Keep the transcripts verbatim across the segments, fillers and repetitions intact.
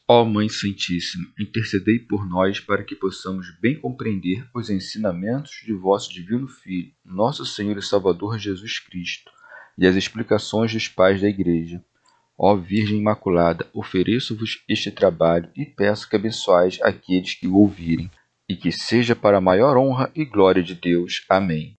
Ó Mãe Santíssima, intercedei por nós para que possamos bem compreender os ensinamentos de vosso Divino Filho, nosso Senhor e Salvador Jesus Cristo, e as explicações dos pais da Igreja. Ó Virgem Imaculada, ofereço-vos este trabalho e peço que abençoais aqueles que o ouvirem, e que seja para a maior honra e glória de Deus. Amém.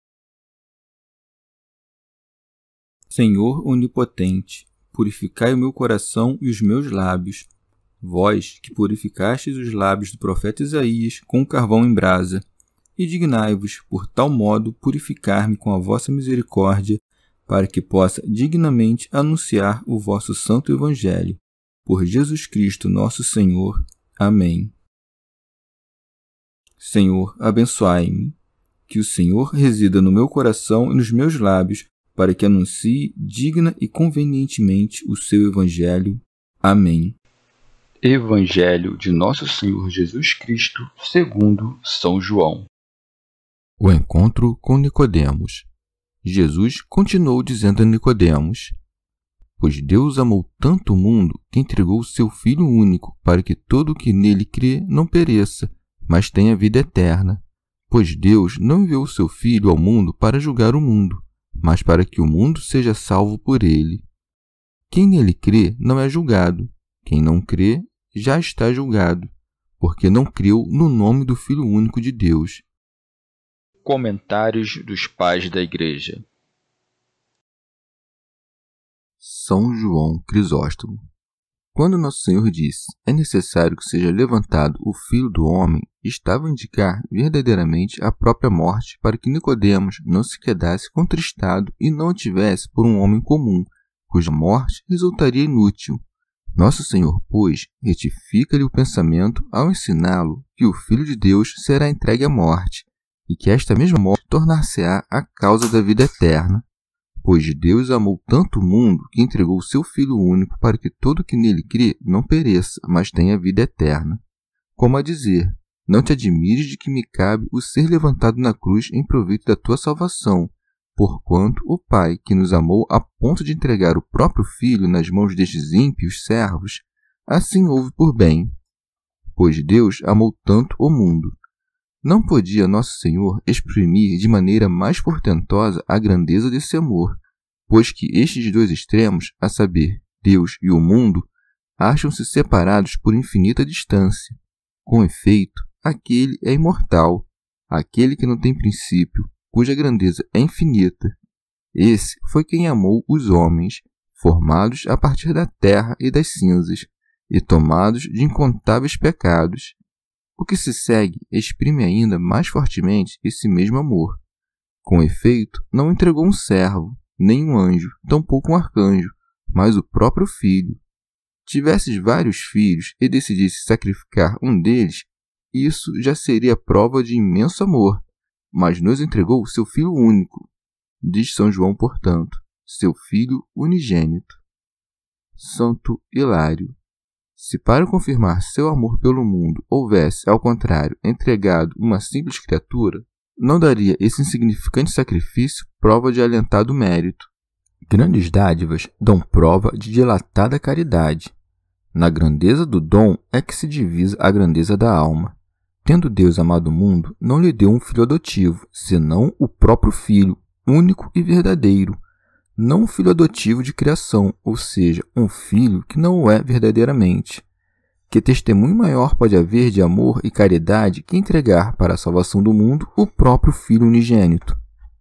Senhor onipotente, purificai o meu coração e os meus lábios. Vós, que purificastes os lábios do profeta Isaías com carvão em brasa, e dignai-vos, por tal modo, purificar-me com a vossa misericórdia, para que possa dignamente anunciar o vosso santo Evangelho. Por Jesus Cristo nosso Senhor. Amém. Senhor, abençoai-me. Que o Senhor resida no meu coração e nos meus lábios, para que anuncie digna e convenientemente o seu Evangelho. Amém. Evangelho de Nosso Senhor Jesus Cristo, segundo São João. O encontro com Nicodemos. Jesus continuou dizendo a Nicodemos: Pois Deus amou tanto o mundo que entregou o seu Filho único, para que todo o que nele crê não pereça, mas tenha vida eterna. Pois Deus não enviou o seu Filho ao mundo para julgar o mundo, mas para que o mundo seja salvo por ele. Quem nele crê não é julgado. Quem não crê já está julgado, porque não creu no nome do Filho único de Deus. Comentários dos Pais da Igreja. São João Crisóstomo. Quando Nosso Senhor disse: é necessário que seja levantado o Filho do Homem, estava a indicar verdadeiramente a própria morte, para que Nicodemos não se quedasse contristado e não o tivesse por um homem comum, cuja morte resultaria inútil. Nosso Senhor, pois, retifica-lhe o pensamento ao ensiná-lo que o Filho de Deus será entregue à morte, e que esta mesma morte tornar-se-á a causa da vida eterna. Pois Deus amou tanto o mundo que entregou o seu Filho único para que todo que nele crê não pereça, mas tenha vida eterna. Como a dizer: não te admires de que me cabe o ser levantado na cruz em proveito da tua salvação, porquanto o Pai, que nos amou a ponto de entregar o próprio Filho nas mãos destes ímpios servos, assim houve por bem. Pois Deus amou tanto o mundo. Não podia Nosso Senhor exprimir de maneira mais portentosa a grandeza desse amor, pois que estes dois extremos, a saber, Deus e o mundo, acham-se separados por infinita distância. Com efeito, aquele é imortal, aquele que não tem princípio, cuja grandeza é infinita. Esse foi quem amou os homens, formados a partir da terra e das cinzas, e tomados de incontáveis pecados. O que se segue exprime ainda mais fortemente esse mesmo amor. Com efeito, não entregou um servo, nem um anjo, tampouco um arcanjo, mas o próprio Filho. Tivesses vários filhos e decidisse sacrificar um deles, isso já seria prova de imenso amor, mas nos entregou o seu Filho único. Diz São João, portanto, seu Filho unigênito. Santo Hilário. Se para confirmar seu amor pelo mundo houvesse, ao contrário, entregado uma simples criatura, não daria esse insignificante sacrifício prova de alentado mérito. Grandes dádivas dão prova de dilatada caridade. Na grandeza do dom é que se divisa a grandeza da alma. Tendo Deus amado o mundo, não lhe deu um filho adotivo, senão o próprio Filho, único e verdadeiro. Não um filho adotivo de criação, ou seja, um filho que não o é verdadeiramente. Que testemunho maior pode haver de amor e caridade que entregar para a salvação do mundo o próprio Filho unigênito?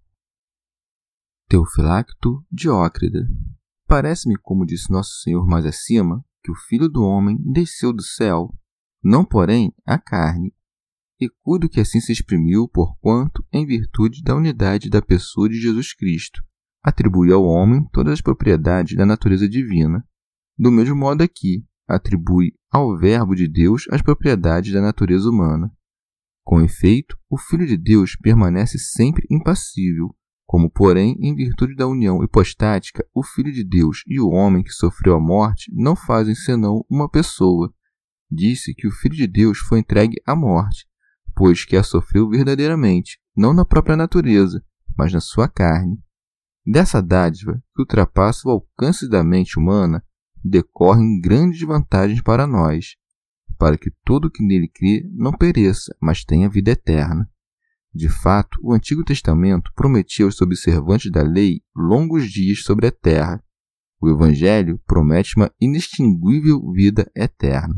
Teofilacto Diócrida. Parece-me, como disse Nosso Senhor mais acima, que o Filho do Homem desceu do céu, não porém a carne, e cuido que assim se exprimiu, porquanto, em virtude da unidade da pessoa de Jesus Cristo, atribui ao homem todas as propriedades da natureza divina. Do mesmo modo aqui, atribui ao Verbo de Deus as propriedades da natureza humana. Com efeito, o Filho de Deus permanece sempre impassível, como, porém, em virtude da união hipostática, o Filho de Deus e o homem que sofreu a morte não fazem senão uma pessoa. Disse que o Filho de Deus foi entregue à morte, pois que a sofreu verdadeiramente, não na própria natureza, mas na sua carne. Dessa dádiva, que ultrapassa o alcance da mente humana, decorrem grandes vantagens para nós, para que todo o que nele crê não pereça, mas tenha vida eterna. De fato, o Antigo Testamento prometia aos observantes da lei longos dias sobre a terra. O Evangelho promete uma inextinguível vida eterna.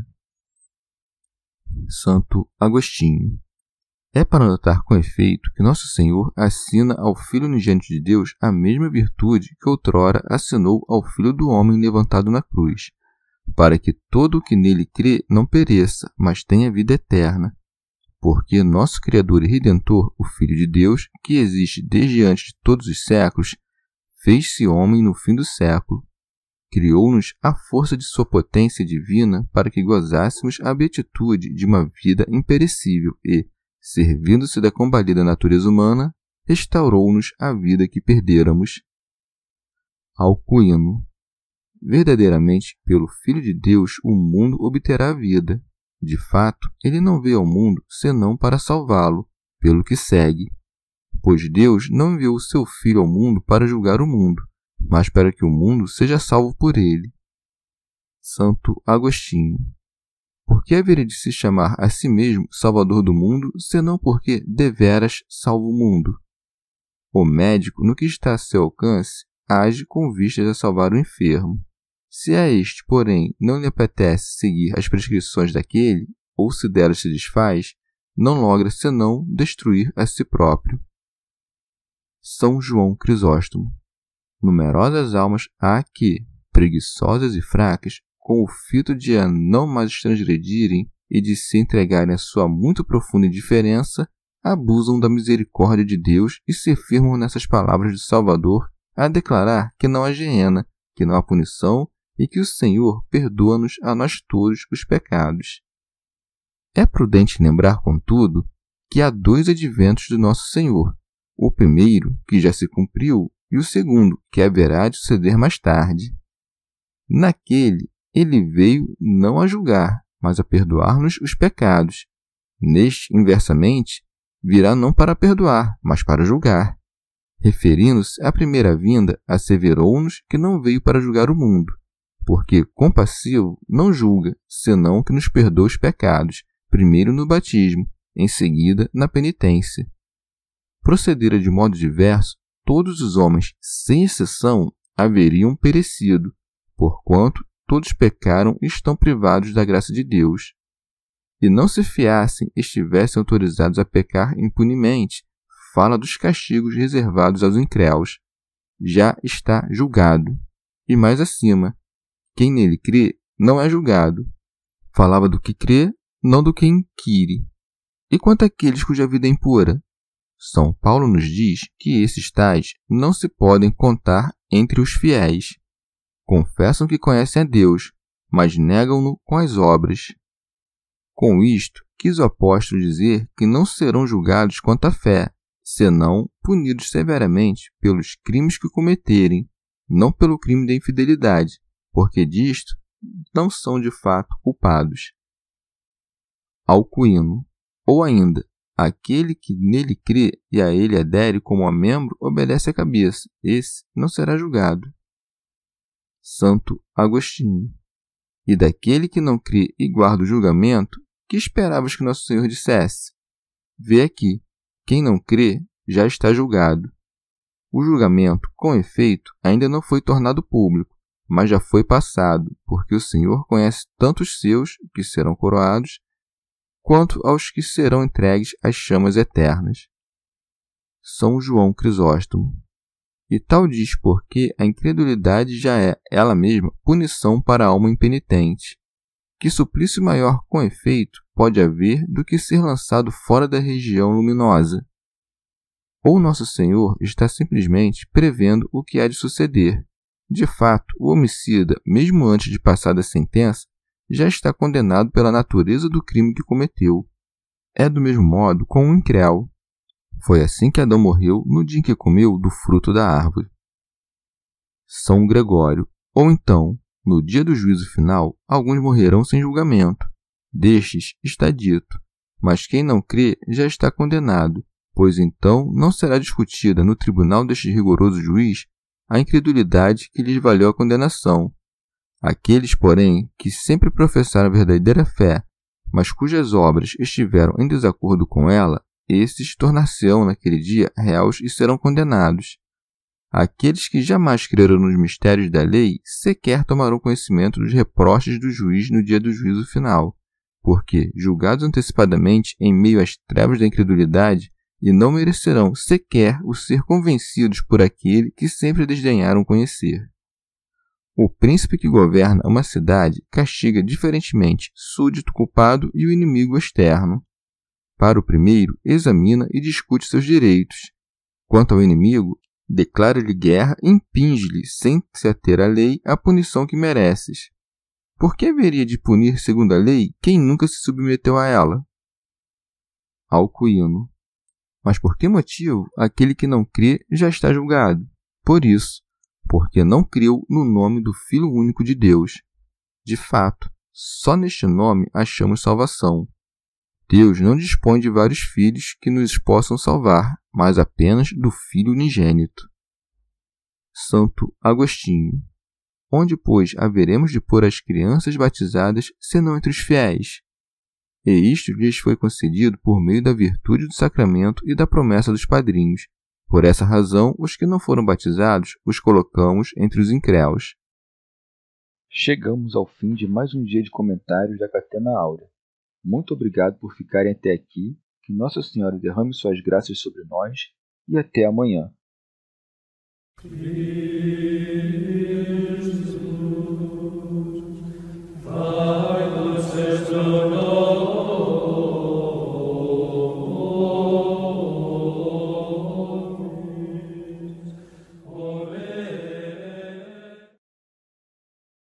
Santo Agostinho. É para notar com efeito que Nosso Senhor assina ao Filho unigênito de Deus a mesma virtude que outrora assinou ao Filho do Homem levantado na cruz, para que todo o que nele crê não pereça, mas tenha vida eterna. Porque nosso Criador e Redentor, o Filho de Deus, que existe desde antes de todos os séculos, fez-se homem no fim do século. Criou-nos à força de sua potência divina para que gozássemos a beatitude de uma vida imperecível e, servindo-se da combalida natureza humana, restaurou-nos a vida que perdêramos. Alcuino. Verdadeiramente, pelo Filho de Deus, o mundo obterá a vida. De fato, ele não veio ao mundo senão para salvá-lo, pelo que segue. Pois Deus não enviou o seu Filho ao mundo para julgar o mundo, mas para que o mundo seja salvo por ele. Santo Agostinho. Por que haveria de se chamar a si mesmo Salvador do mundo, senão porque deveras salva o mundo? O médico, no que está a seu alcance, age com vistas a salvar o enfermo. Se a este, porém, não lhe apetece seguir as prescrições daquele, ou se delas se desfaz, não logra senão destruir a si próprio. São João Crisóstomo. Numerosas almas há que, preguiçosas e fracas, com o fito de a não mais transgredirem e de se entregarem à sua muito profunda indiferença, abusam da misericórdia de Deus e se firmam nessas palavras do Salvador a declarar que não há geena, que não há punição e que o Senhor perdoa-nos a nós todos os pecados. É prudente lembrar, contudo, que há dois adventos do nosso Senhor, o primeiro, que já se cumpriu, e o segundo, que haverá de suceder mais tarde. Naquele, ele veio não a julgar, mas a perdoar-nos os pecados. Neste, inversamente, virá não para perdoar, mas para julgar. Referindo-se à primeira vinda, asseverou-nos que não veio para julgar o mundo, porque compassivo não julga, senão que nos perdoa os pecados, primeiro no batismo, em seguida na penitência. Procedera de modo diverso, todos os homens, sem exceção, haveriam perecido, porquanto todos pecaram e estão privados da graça de Deus. E não se fiassem, estivessem autorizados a pecar impunemente, fala dos castigos reservados aos incréus. Já está julgado. E mais acima, quem nele crê não é julgado. Falava do que crê, não do que inquire. E quanto àqueles cuja vida é impura? São Paulo nos diz que esses tais não se podem contar entre os fiéis. Confessam que conhecem a Deus, mas negam-no com as obras. Com isto, quis o apóstolo dizer que não serão julgados quanto à fé, senão punidos severamente pelos crimes que cometerem, não pelo crime da infidelidade, porque disto não são de fato culpados. Alcuino. Ou ainda, aquele que nele crê e a ele adere como a membro obedece à cabeça, esse não será julgado. Santo Agostinho. E daquele que não crê e guarda o julgamento, que esperavas que nosso Senhor dissesse? Vê aqui, quem não crê já está julgado. O julgamento, com efeito, ainda não foi tornado público, mas já foi passado, porque o Senhor conhece tanto os seus, que serão coroados, quanto aos que serão entregues às chamas eternas. São João Crisóstomo. E tal diz porque a incredulidade já é, ela mesma, punição para a alma impenitente. Que suplício maior, com efeito, pode haver do que ser lançado fora da região luminosa? Ou Nosso Senhor está simplesmente prevendo o que há de suceder. De fato, o homicida, mesmo antes de passar da sentença, já está condenado pela natureza do crime que cometeu. É do mesmo modo com o incréu. Foi assim que Adão morreu no dia em que comeu do fruto da árvore. São Gregório. Ou então, no dia do juízo final, alguns morrerão sem julgamento. Destes está dito, mas quem não crê já está condenado, pois então não será discutida no tribunal deste rigoroso juiz a incredulidade que lhes valeu a condenação. Aqueles, porém, que sempre professaram a verdadeira fé, mas cujas obras estiveram em desacordo com ela, esses tornar-se-ão naquele dia réus e serão condenados. Aqueles que jamais creram nos mistérios da lei sequer tomarão conhecimento dos reproches do juiz no dia do juízo final, porque, julgados antecipadamente em meio às trevas da incredulidade, e não merecerão sequer o ser convencidos por aquele que sempre desdenharam conhecer. O príncipe que governa uma cidade castiga diferentemente súdito culpado e o inimigo externo. Para o primeiro, examina e discute seus direitos. Quanto ao inimigo, declara-lhe guerra e impinge-lhe, sem se ater à lei, a punição que mereces. Por que haveria de punir segundo a lei quem nunca se submeteu a ela? Alcuíno. Mas por que motivo aquele que não crê já está julgado? Por isso, porque não creu no nome do Filho único de Deus. De fato, só neste nome achamos salvação. Deus não dispõe de vários filhos que nos possam salvar, mas apenas do Filho unigênito. Santo Agostinho. Onde, pois, haveremos de pôr as crianças batizadas, senão entre os fiéis? E isto lhes foi concedido por meio da virtude do sacramento e da promessa dos padrinhos. Por essa razão, os que não foram batizados, os colocamos entre os incréus. Chegamos ao fim de mais um dia de comentários da Catena Áurea. Muito obrigado por ficarem até aqui, que Nossa Senhora derrame suas graças sobre nós e até amanhã. Christus,